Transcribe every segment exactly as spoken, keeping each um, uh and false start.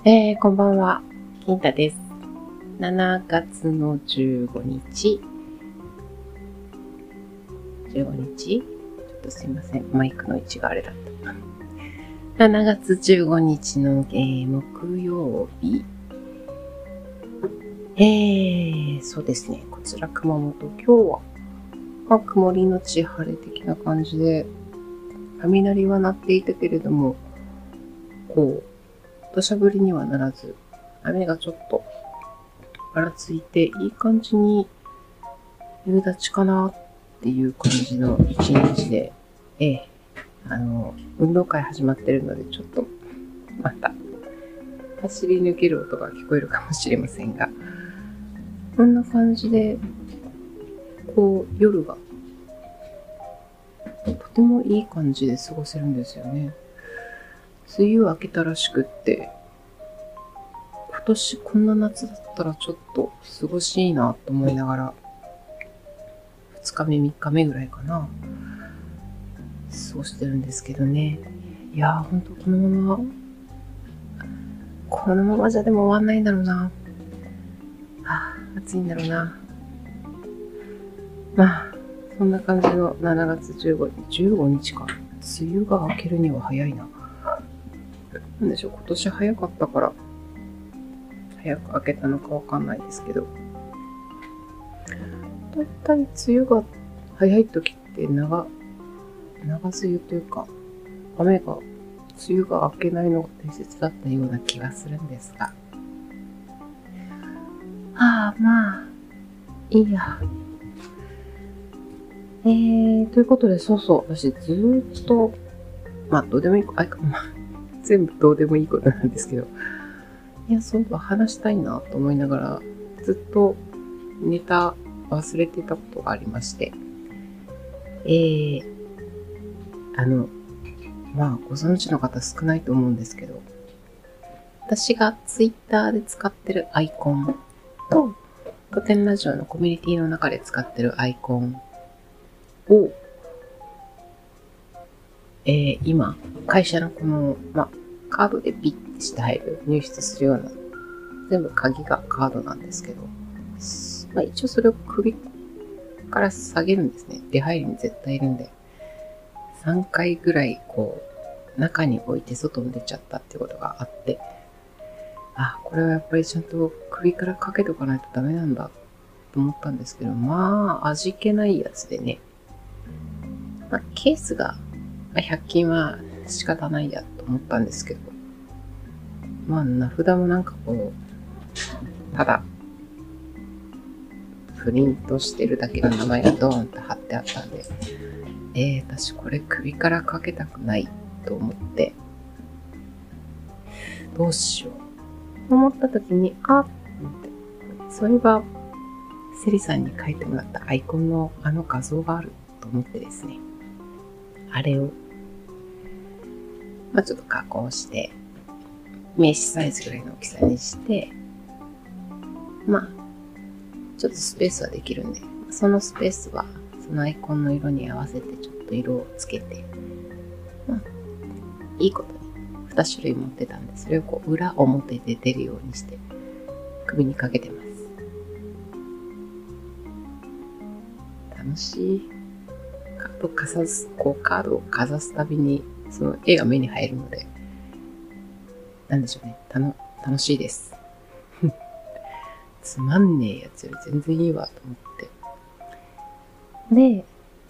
えー、こんばんは、金太です。しちがつのじゅうごにち、じゅうごにちちょっとすいません、マイクの位置があれだった。しちがつじゅうごにちの、えー、木曜日。えー、そうですね、こちら熊本、今日は、まあ、曇りのち晴れ的な感じで、雷は鳴っていたけれども、こう、土砂降りにはならず、雨がちょっとばらついて、いい感じに夕立ちかなっていう感じの一日で、ええ、あの、運動会始まってるので、ちょっと、また、走り抜ける音が聞こえるかもしれませんが、こんな感じで、こう、夜が、とてもいい感じで過ごせるんですよね。梅雨明けたらしくって、今年こんな夏だったらちょっと過ごしいなと思いながら、ふつかめ、みっかめぐらいかな、過ごしてるんですけどね。いやー、ほんとこのまま、このままじゃでも終わんないんだろうな。はぁ、暑いんだろうな。まあ、そんな感じのしちがつじゅうごにち、じゅうごにちか。梅雨が明けるには早いな。なんでしょう、今年早かったから、早く明けたのかわかんないですけど。だいたい梅雨が早い時って長、長梅雨というか、雨が、梅雨が明けないのが大切だったような気がするんですが。ああ、まあ、いいや。えー、ということで、そうそう、私ずーっと、まあ、どうでもいい、あ、まあ、全部どうでもいいことなんですけど、いや、そういえば話したいなと思いながら、ずっとネタ忘れてたことがありまして、えー、あの、まあ、ご存知の方少ないと思うんですけど、私がツイッターで使ってるアイコンと、古典ラジオのコミュニティの中で使ってるアイコンを、えー、今、会社のこの、まあ、カードでピッてして入る、入室するような、全部鍵がカードなんですけど、まあ、一応それを首から下げるんですね。出入りに絶対いるんで。さんかいぐらい、こう、中に置いて外に出ちゃったってことがあって、あ、これはやっぱりちゃんと首からかけとかないとダメなんだと思ったんですけど、まあ、味気ないやつでね。まあ、ケースが、まあ、ひゃく均は仕方ないやと思ったんですけど、まあ、名札もなんかこう、ただ、プリントしてるだけの名前がドーンと貼ってあったんで、えー、私これ首からかけたくないと思って、どうしようと思った時に、あっ、そういえば、セリさんに書いてもらったアイコンのあの画像があると思ってですね、あれを、まあちょっと加工して、名刺サイズぐらいの大きさにして、まあ、ちょっとスペースはできるんで、そのスペースはそのアイコンの色に合わせてちょっと色をつけて、まあ、いいことにに種類持ってたんで、それをこう裏表で出るようにして首にかけてます。楽しい。カードをかざす、こうカードをかざすたびにその絵が目に入るので、なんでしょうね、たの楽しいです。つまんねえやつより全然いいわと思って。で、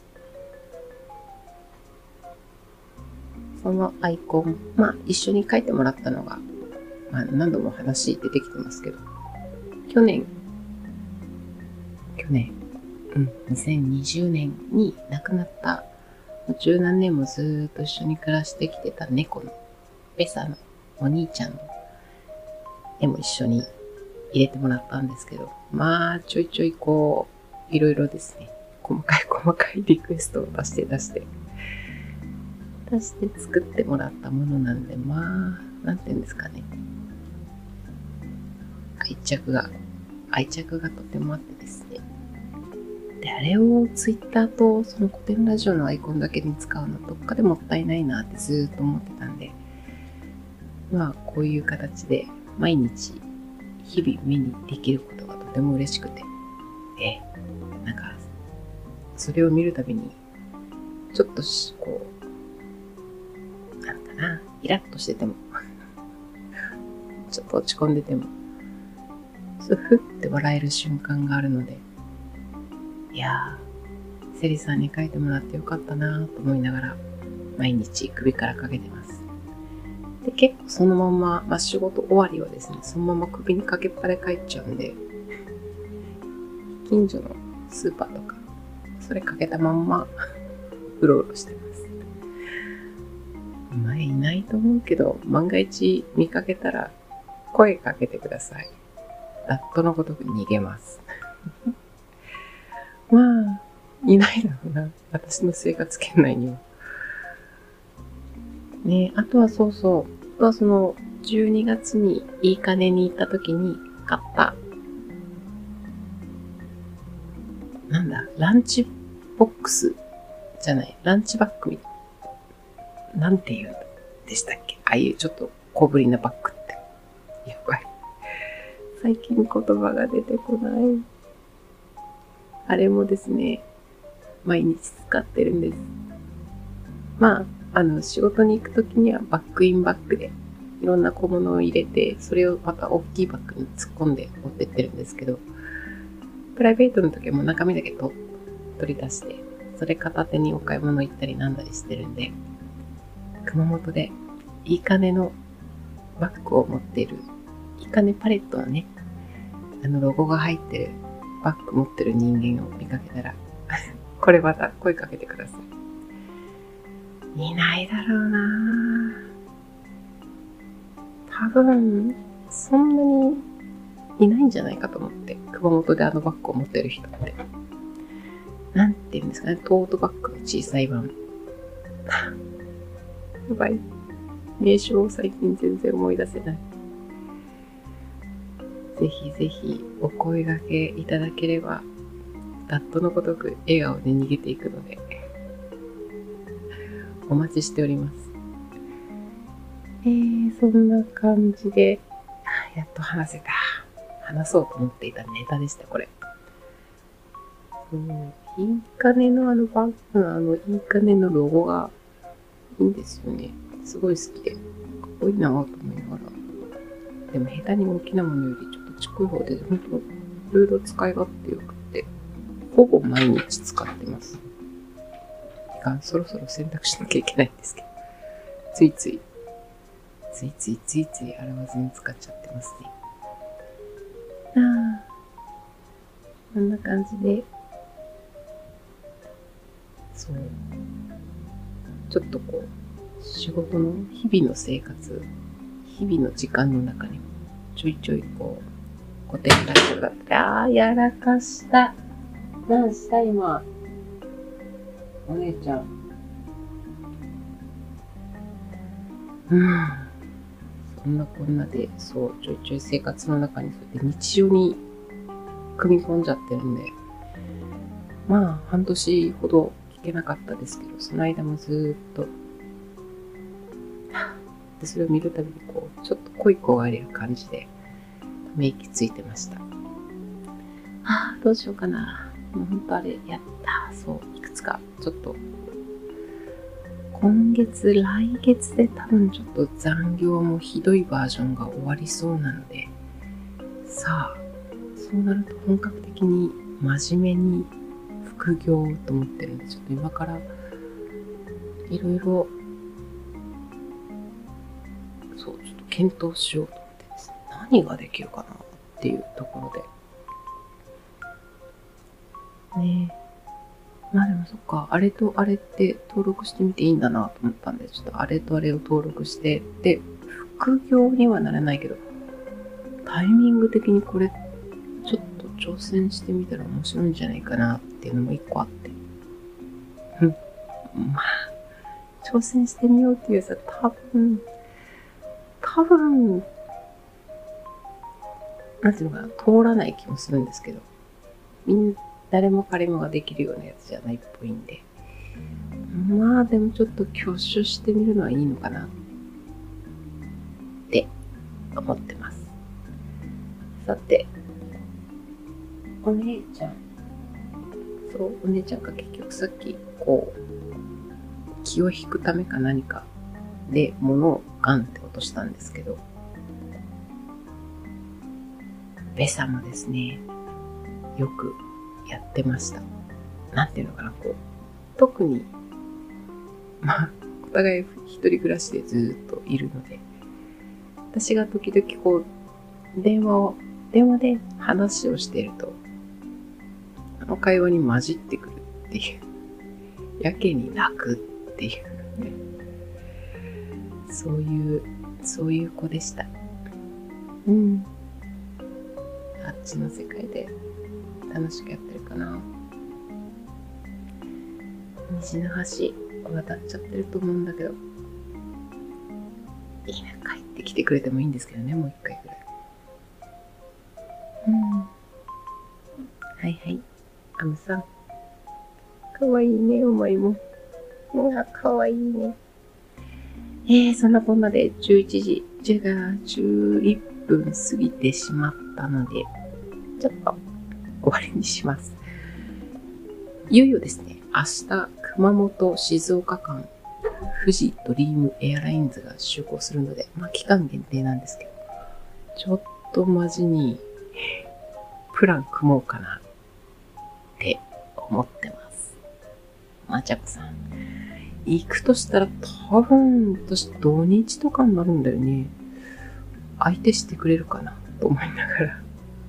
そのアイコン、まあ一緒に書いてもらったのが、まあ何度も話出てきてますけど、去年、去年、うん、にせんにじゅうねんに亡くなった、十何年もずーっと一緒に暮らしてきてた猫の、ベサのお兄ちゃんの絵も一緒に入れてもらったんですけど、まあちょいちょいこういろいろですね、細かい細かいリクエストを出して出して出して作ってもらったものなんで、まあなんていうんですかね、愛着が愛着がとてもあってですね。で、あれをツイッターとその古典ラジオのアイコンだけに使うのどっかでもったいないなってずーっと思ってたんで、まあこういう形で毎日日々目にできることがとても嬉しくて、えなんかそれを見るたびにちょっとしこうなんかな、イラッとしててもちょっと落ち込んでてもふふって笑える瞬間があるので、いやーセリさんに書いてもらってよかったなと思いながら毎日首からかけてます。で結構そのまま、まあ、仕事終わりはですね、そのまま首にかけっぱで帰っちゃうんで、近所のスーパーとかそれかけたまんまうろうろしてます。前いないと思うけど、万が一見かけたら声かけてください。ラットのごとく逃げますまあいないだろうな、私の生活圏内にはね。あとはそうそう、あとはそのじゅうにがつにいいかねに行った時に買ったなんだランチボックスじゃない、ランチバッグみたいな、なんて言うんでしたっけ、ああいうちょっと小ぶりなバッグって、やばい最近言葉が出てこない。あれもですね、毎日使ってるんです。まあ、あの、仕事に行くときにはバックインバッグでいろんな小物を入れて、それをまた大きいバッグに突っ込んで持ってってるんですけど、プライベートの時はもう中身だけと取り出して、それ片手にお買い物行ったりなんだりしてるんで、熊本でいいかねのバッグを持っている、いいかねパレットのね、あのロゴが入ってるバッグ持ってる人間を見かけたらこれまた声かけてください。いないだろうな多分そんなにいないんじゃないかと思って、熊本であのバッグを持ってる人ってなんて言うんですかね、トートバッグの小さい版やばい、名称を最近全然思い出せない。ぜひぜひお声掛けいただければ、ラットのごとく笑顔で逃げていくのでお待ちしております。えー、そんな感じでやっと話せた。話そうと思っていたネタでした、これ。そう、いいかねのあのバッグのあのいいかねのロゴがいいんですよね。すごい好きでかっこいいなと思いながら、でも下手に大きなものよりちょっとちっこい方で本当いろいろ使い勝手よくて、ほぼ毎日使ってます。そろそろ洗濯しなきゃいけないんですけど、ついついついついついつい洗わずに使っちゃってますね。ああ、こんな感じで、そう、ちょっとこう仕事の日々の生活、日々の時間の中にもちょいちょいこう古典ラジオだったり、ああやらかした。何した今お姉ちゃん。うんそんなこんなで、そう、ちょいちょい生活の中にそうやって日常に組み込んじゃってるんで、まあ半年ほど聞けなかったですけど、その間もずーっとでそれを見るたびにこうちょっと恋焦がれる感じでため息ついてました。ああどうしようかな。もう本当あれやった。そういくつかちょっと今月来月で多分ちょっと残業もひどいバージョンが終わりそうなので、さあそうなると本格的に真面目に副業と思ってるんで、ちょっと今からいろいろそうちょっと検討しようと思ってですね、何ができるかなっていうところでねえ。まあでもそっか、あれとあれって登録してみていいんだなと思ったんで、ちょっとあれとあれを登録して、で副業にはなれないけどタイミング的にこれちょっと挑戦してみたら面白いんじゃないかなっていうのも一個あって、うん、まあ挑戦してみようっていうさ、多分多分なんていうのかな、通らない気もするんですけど、みんな誰も彼もができるようなやつじゃないっぽいんで、まあでもちょっと挙手してみるのはいいのかなって思ってます。 さて、お姉ちゃん、そう、お姉ちゃんが結局さっき、こう、気を引くためか何かで物をガンって落としたんですけど、ベさんもですね、よくやってました。なんていうのかな、こう、特に、まあ、お互い一人暮らしでずっといるので、私が時々こう、電話を、電話で話をしていると、あの会話に混じってくるっていう、やけに泣くっていうので、そういう、そういう子でした。うん。あっちの世界で楽しくやってるかな。虹の橋渡っちゃってると思うんだけど、いいね、帰ってきてくれてもいいんですけどね、もう一回ぐらい。うん。はいはい。アムさん。かわいいね、お前も。うわ、かわいいね。えー、そんなこんなでじゅういちじ、じゃがじゅういっぷん過ぎてしまったので、ちょっと終わりにします。いよいよですね、明日、熊本、静岡間、富士ドリームエアラインズが就航するので、まあ期間限定なんですけど、ちょっとマジにプラン組もうかなって思ってます。まちゃこさん。行くとしたら多分、私土日とかになるんだよね。相手してくれるかなと思いながら、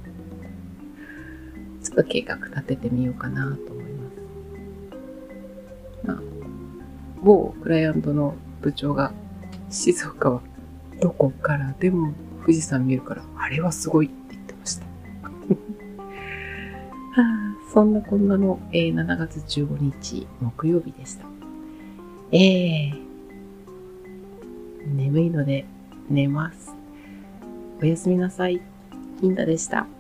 ちょっと計画立ててみようかなと思います。まあ、某クライアントの部長が、静岡はどこからでも富士山見えるから、あれはすごいって言ってました。はあ、そんなこんなの、えー、しちがつじゅうごにち木曜日でした。えー、眠いので寝ます。おやすみなさい。金田でした。